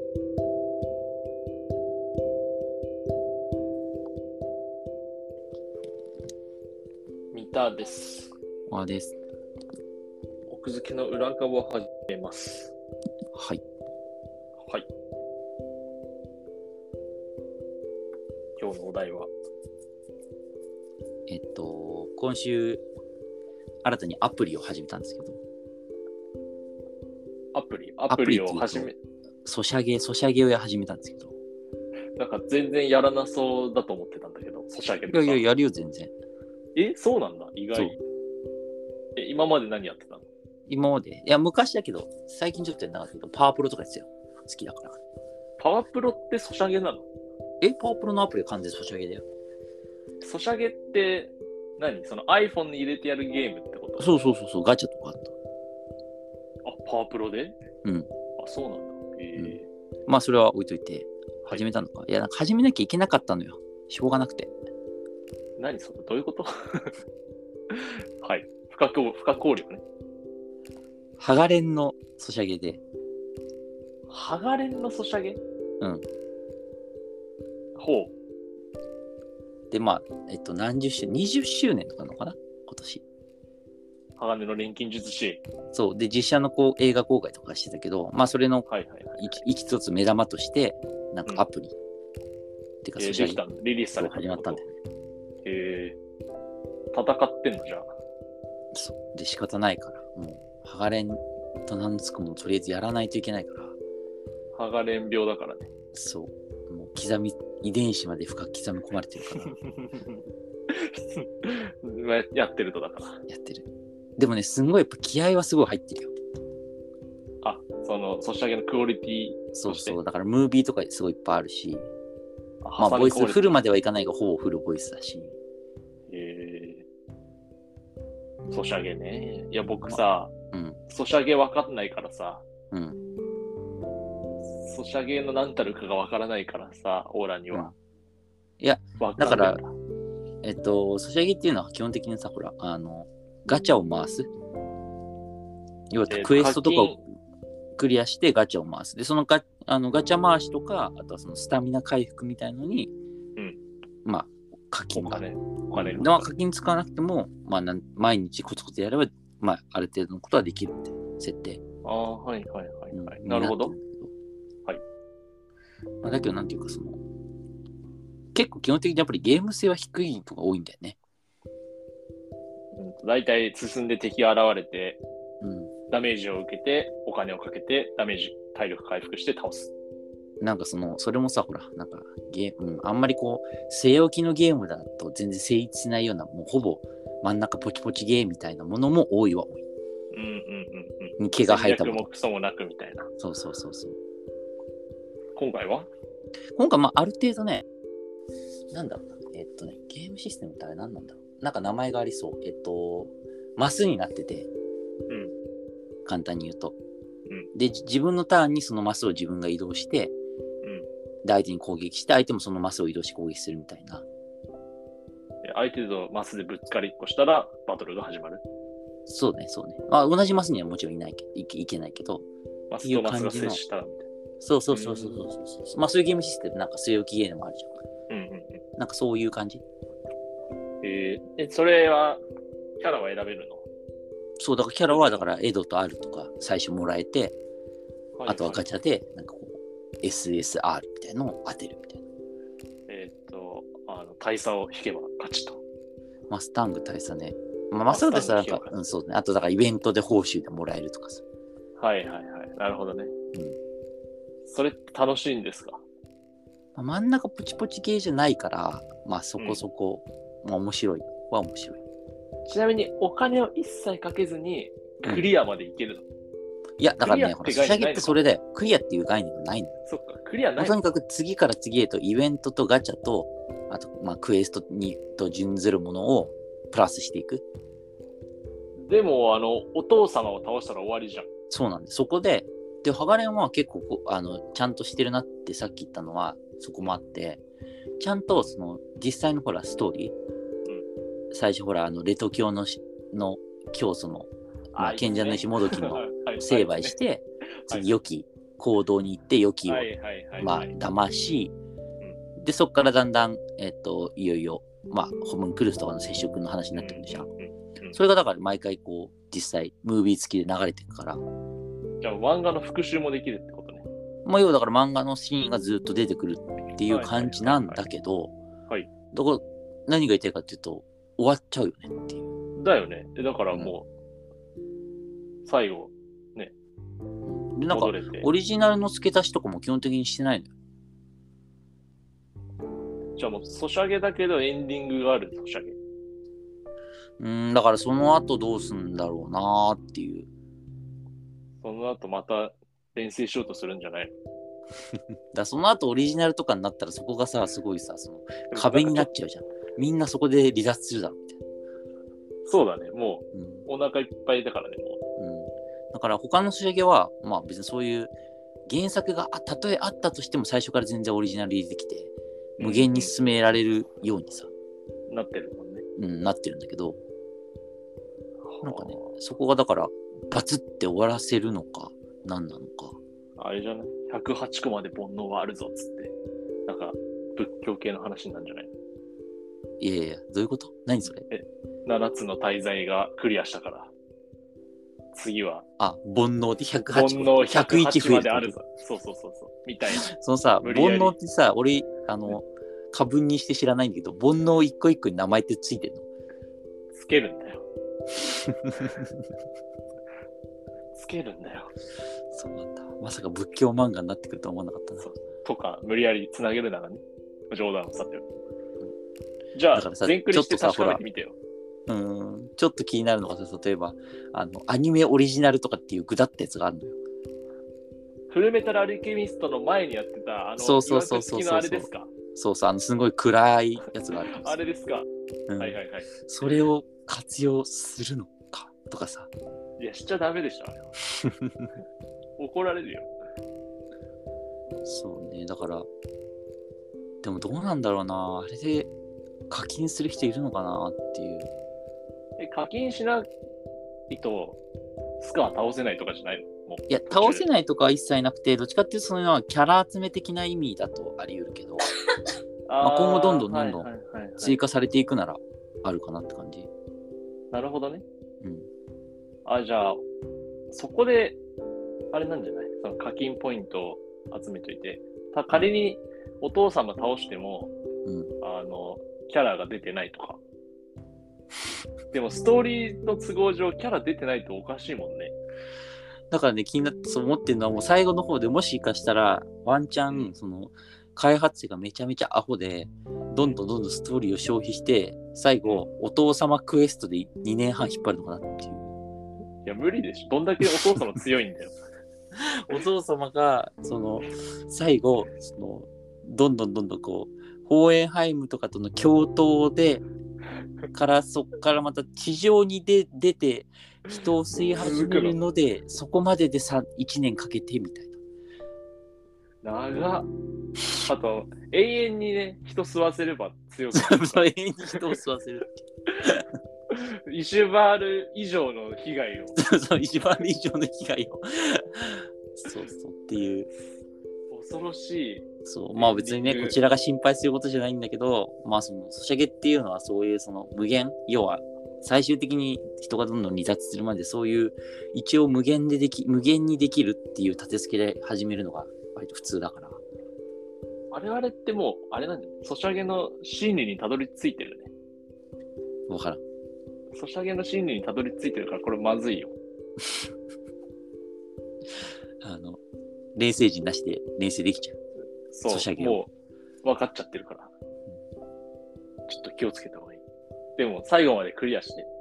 三田です。 です。 奥付けの裏側を始めます。 はい。 はい。今日のお題は今週新たにアプリを始めたんですけど。 アプリを始め。 ソシャゲを始めたんですけど。 なんか全然やらなそうだと思ってたんだけど、ソシャゲとか。 いややるよ全然。 そうなんだ。意外。今まで何やってたの？ 今まで。いや昔だけど、最近ちょっとやんなかったけど、パワープロとかですよ。好きだから。 パワープロってソシャゲなの？ パワープロのアプリは完全ソシャゲだよ。 ソシャゲって何？その iPhone に入れてやるゲームってこと？ そう、ガチャとかあった。 パワープロで？ うん。 そうなんだ。 まあそれは置いといて、始めたのか。いや、なんか始めなきゃいけなかったのよ。しょうがなくて。 何それ？どういうこと？はい。不可抗力ね。 ハガレンのソシャゲで。 ハガレンのソシャゲ？ うん。 ほう。 で、まあ、20周年とかなのかな今年。 鋼の錬金術師。 そう。で、実写の映画公開とかしてたけど、まあ、それの一つ目玉として、なんかアプリ。ってか、 ソシャゲリリースされた始まったんだよね。 戦ってんのじゃあ。 そう。で、仕方ないから。もう、ハガレンと名の付くものとりあえずやらないといけないから。 ハガレン病だからね。 そう。もう遺伝子まで深く刻み込まれてるから。 やってるとだから。 やってる。でもね、すんごいやっぱ気合はすごい入ってるよ。 そのソシャゲのクオリティとして。 そう。だからムービーとかすごいいっぱいあるし、まあボイスフルまではいかないがほぼフルボイスだし。 ソシャゲね。いや僕さ、ソシャゲわかんないからさ。ソシャゲの何たるかがわからないからさ、オーラには。 いや、だから、ソシャゲっていうのは基本的にさ、ほら、ガチャを回す。要はクエストとかをクリアしてガチャを回す。で、そのガチャ回しとか、あとはそのスタミナ回復みたいのに、まあ、課金が。課金使わなくても、まあ、毎日コツコツやれば、まあ、ある程度のことはできるって設定。 はい。なるほど。はい。 まあ、だけど、なんていうか、結構基本的にやっぱりゲーム性は低いのが多いんだよね。 だいたい進んで敵が現れて、ダメージを受けて、お金をかけて、体力回復して倒す。 なんかそれもさ、ほら、なんかあんまり据え置きのゲームだと全然成立しないような、もうほぼ真ん中ポチポチゲームみたいなものも多いは多い。毛が生えたもの。 戦略もクソもなくみたいな。 そう。 今回、 まあ、ある程度ね、なんだろうな。ゲームシステムってあれ何なんだろう。なんか名前がありそう。マスになってて、簡単に言うと。で、自分のターンにそのマスを自分が移動して、で、相手に攻撃して、相手もそのマスを移動して攻撃するみたいな。 相手とマスでぶつかりっこしたら、バトルが始まる。 そうね。同じマスにはもちろんいけないけど、 マスとマスが接したらみたいな。 そう。まあそういうゲームシステムなんか据え置きゲームもあるじゃん。なんかそういう感じ。 それは、キャラは選べるの？ そう、だからキャラは、だからエドと R とか最初もらえて、あとはガチャで、なんかSSR みたいなのを当てるみたいな。 大佐を引けば勝ちと。 マスタング大佐ね。マスタング大佐なんか、そうね。あとだからイベントで報酬でもらえるとかさ。 はい。なるほどね。それって楽しいんですか？ 真ん中ポチポチ系じゃないから、まあそこそこ、まあ面白い。 ちなみにお金を一切かけずにクリアまでいけるの？ いや、だからね、ソシャゲってそれで、クリアっていう概念がないのよ。 そっか、クリアないの？ とにかく次から次へとイベントとガチャと、あと、まあ、クエストと準ずるものをプラスしていく。 でも、お父様を倒したら終わりじゃん。 そうなんです。そこで、ハガレンは結構ちゃんとしてるなってさっき言ったのは、そこもあって、ちゃんと実際のほら、ストーリー、最初ほら、レト教の教祖の、賢者の石もどきの成敗して、次良き行動に行って予期を、騙し、で、そこからだんだん、いよいよ、ホムンクルスとかの接触の話になってくるじゃん。それがだから毎回こう、実際、ムービー付きで流れていくから。 じゃあ、漫画の復習もできるってことね。 要はだから漫画のシーンがずっと出てくるっていう感じなんだけど、だから何が言いたいかっていうと、終わっちゃうよねっていう。 だよね。だからもう、最後、ね。 で、なんか、オリジナルの付け足しとかも基本的にしてないのよ。 じゃあもう、ソシャゲだけどエンディングがあるソシャゲ。 だからその後どうすんだろうなーっていう。 その後また転生しようとするんじゃないの？ だその後オリジナルとかになったらそこがさ、すごいさ、その壁になっちゃうじゃん。みんなそこで離脱するだろうみたいな。 そうだね、もう、お腹いっぱいだからね、もう。だから他のソシャゲは、別にそういう原作がたとえあったとしても最初から全然オリジナル入れてきて、無限に進められるようにさ、 なってるもんね。 なってるんだけど、なんかね、そこがだからバツって終わらせるのか何なのか。 あれじゃない ?108 個まで煩悩はあるぞっつって、なんか仏教系の話なんじゃない？ いやいや、どういうこと？何それ ？7つの大罪がクリアしたから。次は。 煩悩って108 煩悩 101 増えるまであるぞ。そうみたいな。 そのさ、煩悩ってさ、俺、過分にして知らないんだけど、煩悩一個一個に名前ってついてんの？ つけるんだよ。つけるんだよ。 そうなんだ。まさか仏教漫画になってくるとは思わなかったな。 とか、無理やりつなげるならね。冗談をさておき。じゃあ、全クリして確かめてみてよ。 ちょっと気になるのがさ、例えば、アニメオリジナルとかっていうぐだったやつがあるのよ。 フルメタルアルケミストの前にやってた、 そうあれですか？ そう、すごい暗いやつがあるんですよ。 あれですか？はい。 それを活用するのかとかさ。 いや、しちゃダメでしょ、あれは。怒られるよ。 そうね、だから、でもどうなんだろうな、あれで課金する人いるのかなっていう。 課金しないと、スカは倒せないとかじゃないの？ いや、倒せないとかは一切なくて、どっちかっていうと、そのようなキャラ集め的な意味だとあり得るけど、今後どんどん追加されていくならあるかなって感じ。 なるほどね。じゃあ、そこで、あれなんじゃない？その課金ポイントを集めといて、仮にお父様倒しても、キャラが出てないとか。でも、ストーリーの都合上、キャラ出てないとおかしいもんね。 だからね、気になってそう思ってるのは、もう最後の方でもしかしたら、ワンチャン、その、開発者がめちゃめちゃアホで、どんどんストーリーを消費して、最後、お父様クエストで2年半引っ張るのかなっていう。 いや、無理でしょ。どんだけお父様強いんだよ。 お父様が、最後、どんどんこう、ホーエンハイムとかとの共闘で、そこからまた地上に出て、人を吸い始めるので、そこまでで1年かけてみたいな。長っ。あと、永遠にね、人吸わせれば強くなる。 そう、永遠に人を吸わせる。 イシュバール以上の被害を。 そう、イシュバール以上の被害を。そうっていう。 恐ろしい。 そう、別にね、こちらが心配することじゃないんだけど、そのソシャゲっていうのはそういうその無限、要は最終的に人がどんどん離脱するまでそういう一応無限にできるっていう立て付けで始めるのが割と普通だから。 我々ってもう、あれなんだよ。ソシャゲの心理にたどり着いてるね。 わからん。 ソシャゲの心理にたどり着いてるから、これまずいよ。 冷静時なしで冷静できちゃう。 そう、ソシャゲもう分かっちゃってるから。ちょっと気をつけた方がいい。でも、最後までクリアして。